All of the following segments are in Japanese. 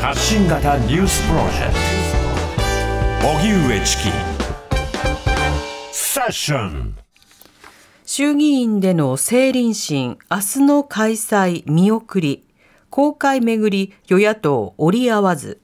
発信型ニュースプロジェクト荻上チキセッション。 衆議院での政倫審明日の開催見送り、公開めぐり与野党折り合わず。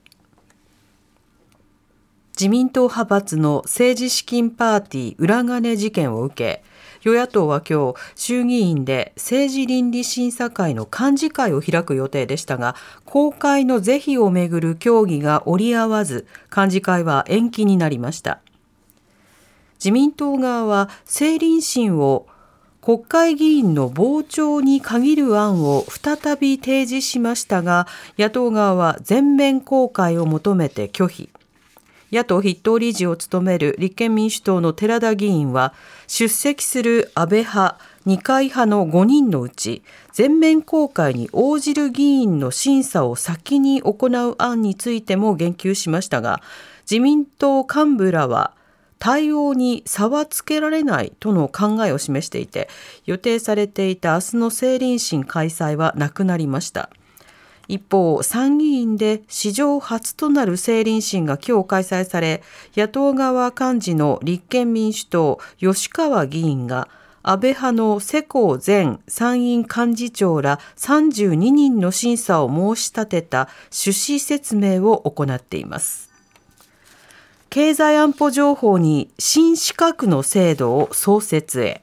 自民党派閥の政治資金パーティー裏金事件を受け、与野党は今日衆議院で政治倫理審査会の幹事会を開く予定でしたが、公開の是非をめぐる協議が折り合わず、幹事会は延期になりました。自民党側は政倫審を国会議員の傍聴に限る案を再び提示しましたが、野党側は全面公開を求めて拒否。野党筆頭理事を務める立憲民主党の寺田議員は、出席する安倍派、二階派の5人のうち、全面公開に応じる議員の審査を先に行う案についても言及しましたが、自民党幹部らは、対応に差はつけられないとの考えを示していて、予定されていた明日の政倫審開催はなくなりました。一方、参議院で史上初となる政倫審が今日開催され、野党側幹事の立憲民主党吉川議員が安倍派の世耕前参院幹事長ら32人の審査を申し立てた趣旨説明を行っています。経済安保情報に新資格の制度を創設へ。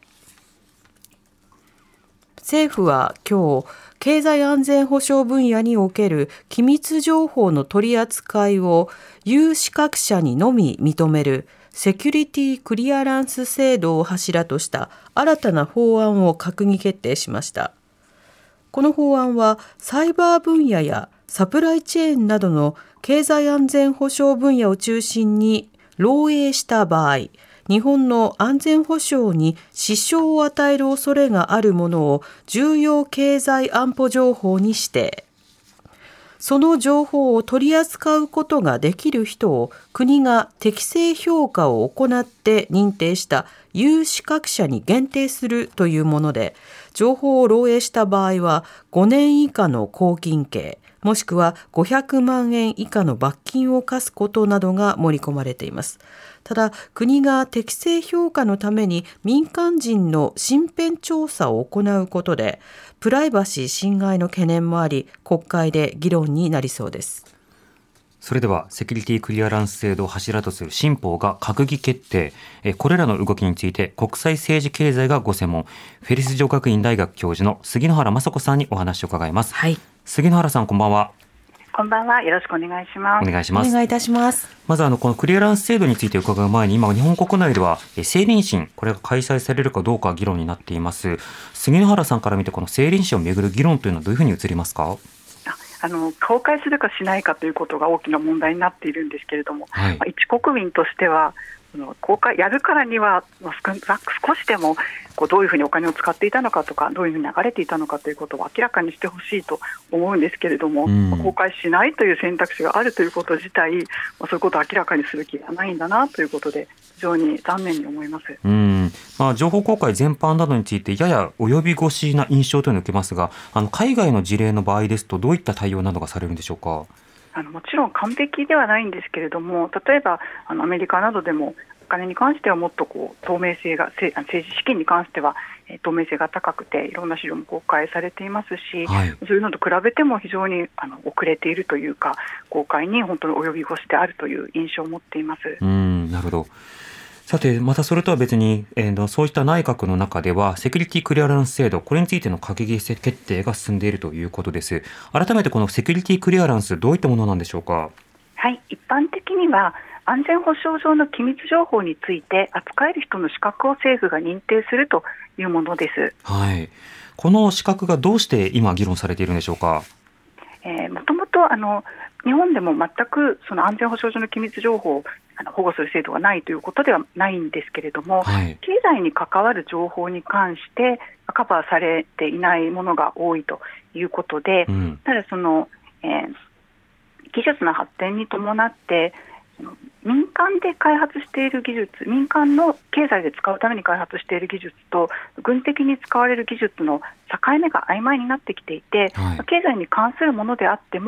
政府は今日、経済安全保障分野における機密情報の取り扱いを有資格者にのみ認めるセキュリティクリアランス制度を柱とした新たな法案を閣議決定しました。この法案はサイバー分野やサプライチェーンなどの経済安全保障分野を中心に漏洩した場合、日本の安全保障に支障を与える恐れがあるものを重要経済安保情報に指定。その情報を取り扱うことができる人を国が適正評価を行って認定した有資格者に限定するというもので、情報を漏洩した場合は5年以下の拘禁刑、もしくは500万円以下の罰金を課すことなどが盛り込まれています。ただ、国が適正評価のために民間人の身辺調査を行うことで、プライバシー侵害の懸念もあり、国会で議論になりそうです。 それではセキュリティクリアランス制度を柱とする新法が閣議決定。これらの動きについて国際政治経済がご専門、フェリス女学院大学教授の杉野原雅子さんにお話を伺います。 はい、 杉野原さん、こんばんは。 こんばんは。よろしくお願いします。 お願いします。 お願いいたします。 まずこのクリアランス制度について伺う前に、今日本国内では政倫審、これが開催されるかどうか議論になっています。杉野原さんから見て、この政倫審をめぐる議論というのはどういうふうに映りますか？ 公開するかしないかということが大きな問題になっているんですけれども、 はい、 一国民としては公開やるからには少しでもどういうふうにお金を使っていたのかとか、どういうふうに流れていたのかということを明らかにしてほしいと思うんですけれども、公開しないという選択肢があるということ自体、そういうことを明らかにする気がないんだなということで、非常に残念に思います。 情報公開全般などについてやや及び腰な印象というのを受けますが、海外の事例の場合ですとどういった対応などがされるんでしょうか？ もちろん完璧ではないんですけれども、例えばアメリカなどでもお金に関してはもっと透明性が、政治資金に関しては透明性が高くて、いろんな資料も公開されていますし、はい、そういうのと比べても非常に遅れているというか、公開に本当に及び腰であるという印象を持っています。 なるほど。さて、またそれとは別に、そういった内閣の中ではセキュリティクリアランス制度、これについての閣議決定が進んでいるということです。改めてこのセキュリティクリアランス、どういったものなんでしょうか？ はい、一般的には安全保障上の機密情報について扱える人の資格を政府が認定するというものです。 はい、この資格がどうして今議論されているんでしょうか？ もともと日本でも全くその安全保障上の機密情報を保護する制度がないということではないんですけれども、はい、経済に関わる情報に関してカバーされていないものが多いということで、ただその、技術の発展に伴って民間で開発している技術、民間の経済で使うために開発している技術と軍的に使われる技術の境目が曖昧になってきていて、はい、経済に関するものであっても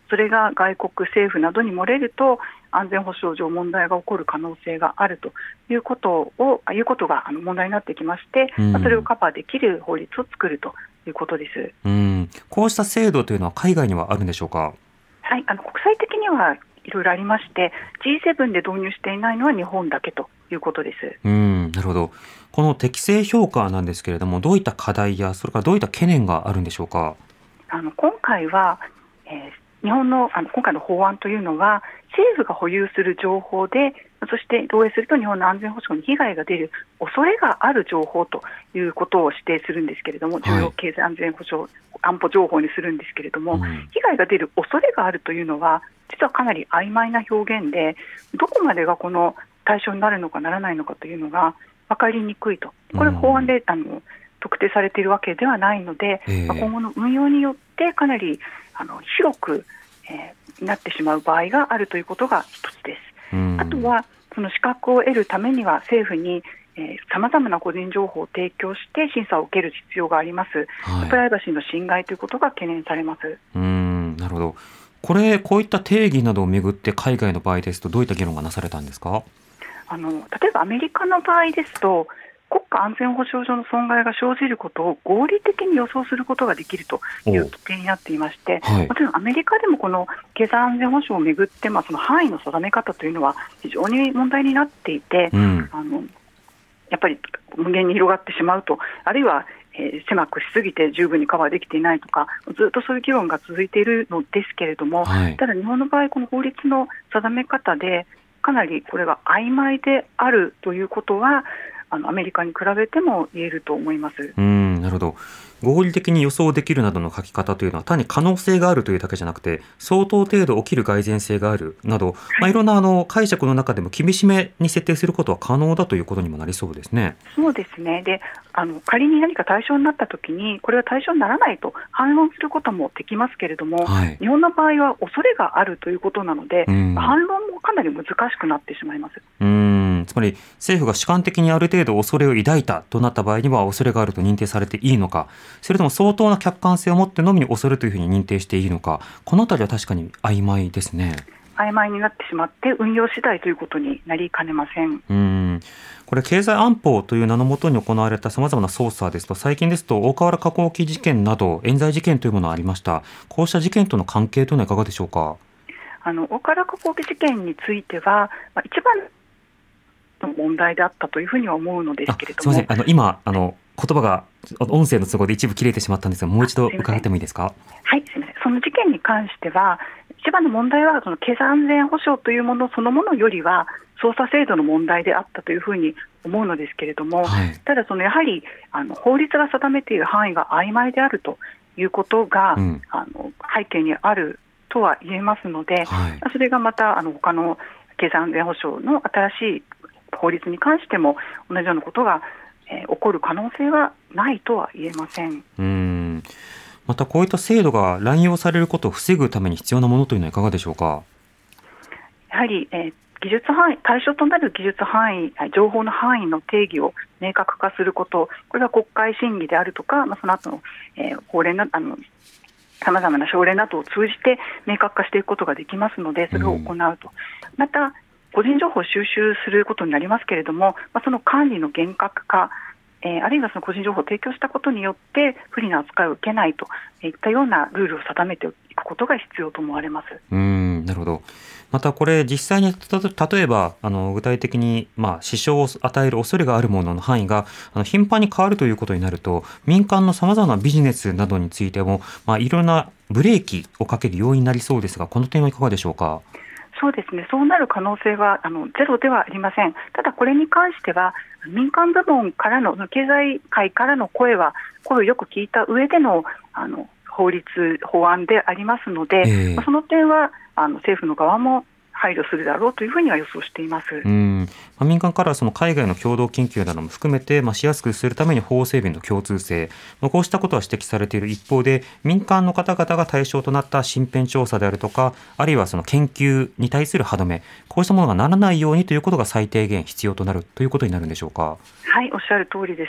それが外国政府などに漏れると安全保障上問題が起こる可能性があるということが問題になってきまして、それをカバーできる法律を作るということです。 こうした制度というのは海外にはあるんでしょうか。 はい、国際的にはいろいろありまして、G7 で導入していないのは日本だけということです。 なるほど。この適正評価なんですけれども、どういった課題やそれからどういった懸念があるんでしょうか。 今回は、日本の今回の法案というのは政府が保有する情報で、そして漏洩すると日本の安全保障に被害が出る恐れがある情報ということを指定するんですけれども、重要経済安全保障安保情報にするんですけれども、被害が出る恐れがあるというのは実はかなり曖昧な表現で、どこまでがこの対象になるのかならないのかというのが分かりにくいと。これ法案で特定されているわけではないので、今後の運用によってかなり広く、なってしまう場合があるということが一つです。あとはその資格を得るためには政府にさまざまな個人情報を提供して審査を受ける必要があります。プライバシーの侵害ということが懸念されます。 なるほど。こういった定義などをめぐって海外の場合ですとどういった議論がなされたんですか。 例えばアメリカの場合ですと、国家安全保障上の損害が生じることを合理的に予想することができるという規定になっていまして、もちろんアメリカでもこの経済安全保障をめぐって、その範囲の定め方というのは非常に問題になっていて、やっぱり無限に広がってしまうと、あるいは狭くしすぎて十分にカバーできていないとか、ずっとそういう議論が続いているのですけれども、ただ日本の場合この法律の定め方でかなりこれが曖昧であるということはアメリカに比べても言えると思います。 なるほど。合理的に予想できるなどの書き方というのは単に可能性があるというだけじゃなくて、相当程度起きる蓋然性があるなど、いろんな解釈の中でも厳しめに設定することは可能だということにもなりそうですね。 そうですね。で、仮に何か対象になったときにこれは対象にならないと反論することもできますけれども、日本の場合は恐れがあるということなので、反論もかなり難しくなってしまいます。 つまり政府が主観的にある程度恐れを抱いたとなった場合には恐れがあると認定されていいのか、それとも相当な客観性を持ってのみに恐れというふうに認定していいのか、このあたりは確かに曖昧ですね。 曖昧になってしまって運用次第ということになりかねません。 これ経済安保という名のもとに行われたさまざまな捜査ですと、最近ですと大川原化工機事件など冤罪事件というものがありました。こうした事件との関係というのはいかがでしょうか。 大川原化工機事件については、一番の問題であったというふうには思うのですけれども、 すみません、今言葉が音声の都合で一部切れてしまったんですが、もう一度伺ってもいいですか。 はい、すみません。その事件に関しては一番の問題はその経済安全保障というものそのものよりは捜査制度の問題であったというふうに思うのですけれども、ただやはり法律が定めている範囲が曖昧であるということが、背景にあるとは言えますので、それがまた他の経済安全保障の新しい法律に関しても同じようなことが、起こる可能性はないとは言えません。 またこういった制度が乱用されることを防ぐために必要なものというのはいかがでしょうか。 やはり、技術範囲、対象となる技術範囲、情報の範囲の定義を明確化すること、これは国会審議であるとか、その後の、法令なさまざまな省令などを通じて明確化していくことができますので、それを行うと。また個人情報を収集することになりますけれども、その管理の厳格化、あるいはその個人情報を提供したことによって不利な扱いを受けないといったようなルールを定めていくことが必要と思われます。 なるほど。またこれ実際に例えば具体的に支障を与える恐れがあるものの範囲が頻繁に変わるということになると、民間のさまざまなビジネスなどについてもいろんなブレーキをかける要因になりそうですが、この点はいかがでしょうか。 そうですね。そうなる可能性はゼロではありません。ただこれに関しては民間部門からの経済界からの声をよく聞いた上での法案でありますので、その点は政府の側も配慮するだろうというふうには予想しています。 民間からその海外の共同研究なども含めてしやすくするために法整備の共通性、こうしたことは指摘されている一方で、民間の方々が対象となった身辺調査であるとか、あるいはその研究に対する歯止め、こうしたものがならないようにということが最低限必要となるということになるんでしょうか。 はい、おっしゃる通りです。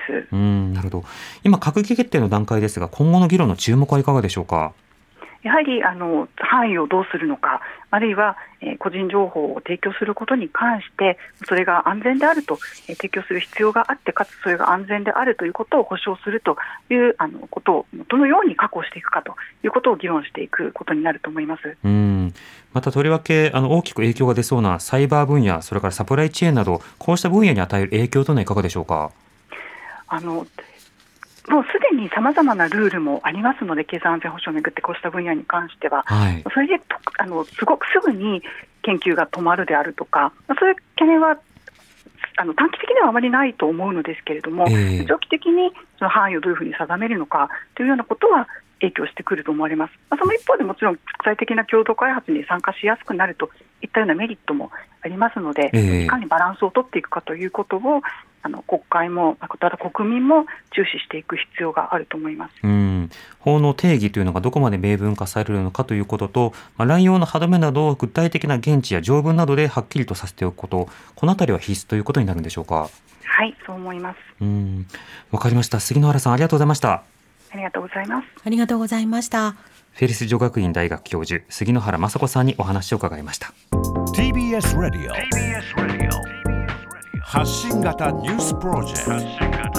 なるほど。今閣議決定の段階ですが、今後の議論の注目はいかがでしょうか。 やはり範囲をどうするのか、あるいは、個人情報を提供することに関してそれが安全であると、提供する必要があって、かつそれが安全であるということを保証するということをどのように確保していくかということを議論していくことになると思います。 またとりわけ大きく影響が出そうなサイバー分野、それからサプライチェーンなど、こうした分野に与える影響というのはいかがでしょうか。 もうすでにさまざまなルールもありますので、経済安全保障をめぐってこうした分野に関しては、それですごくすぐに研究が止まるであるとか、そういう懸念は短期的にはあまりないと思うのですけれども、長期的にその範囲をどういうふうに定めるのかというようなことは影響してくると思われます。その一方でもちろん国際的な共同開発に参加しやすくなるといったようなメリットもありますので、いかにバランスを取っていくかということを国会もまた国民も注視していく必要があると思います。 法の定義というのがどこまで明文化されるのかということと、乱用の歯止めなど具体的な言地や条文などではっきりとさせておくこと、このあたりは必須ということになるんでしょうか。 はい、そう思います。 わかりました。杉野原さん、ありがとうございました。 ありがとうございます。 ありがとうございました。 フェリス女学院大学教授、杉野原雅子さんにお話を伺いました。 TBS ラジオ発信型ニュースプロジェクト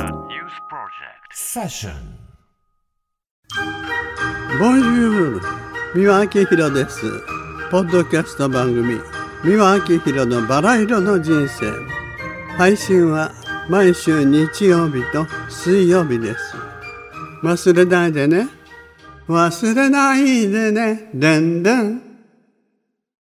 セッション。 ボンジュール、三輪明宏です。ポッドキャスト番組三輪明宏のバラ色の人生、配信は毎週日曜日と水曜日です。忘れないでね、忘れないでね、でんでん。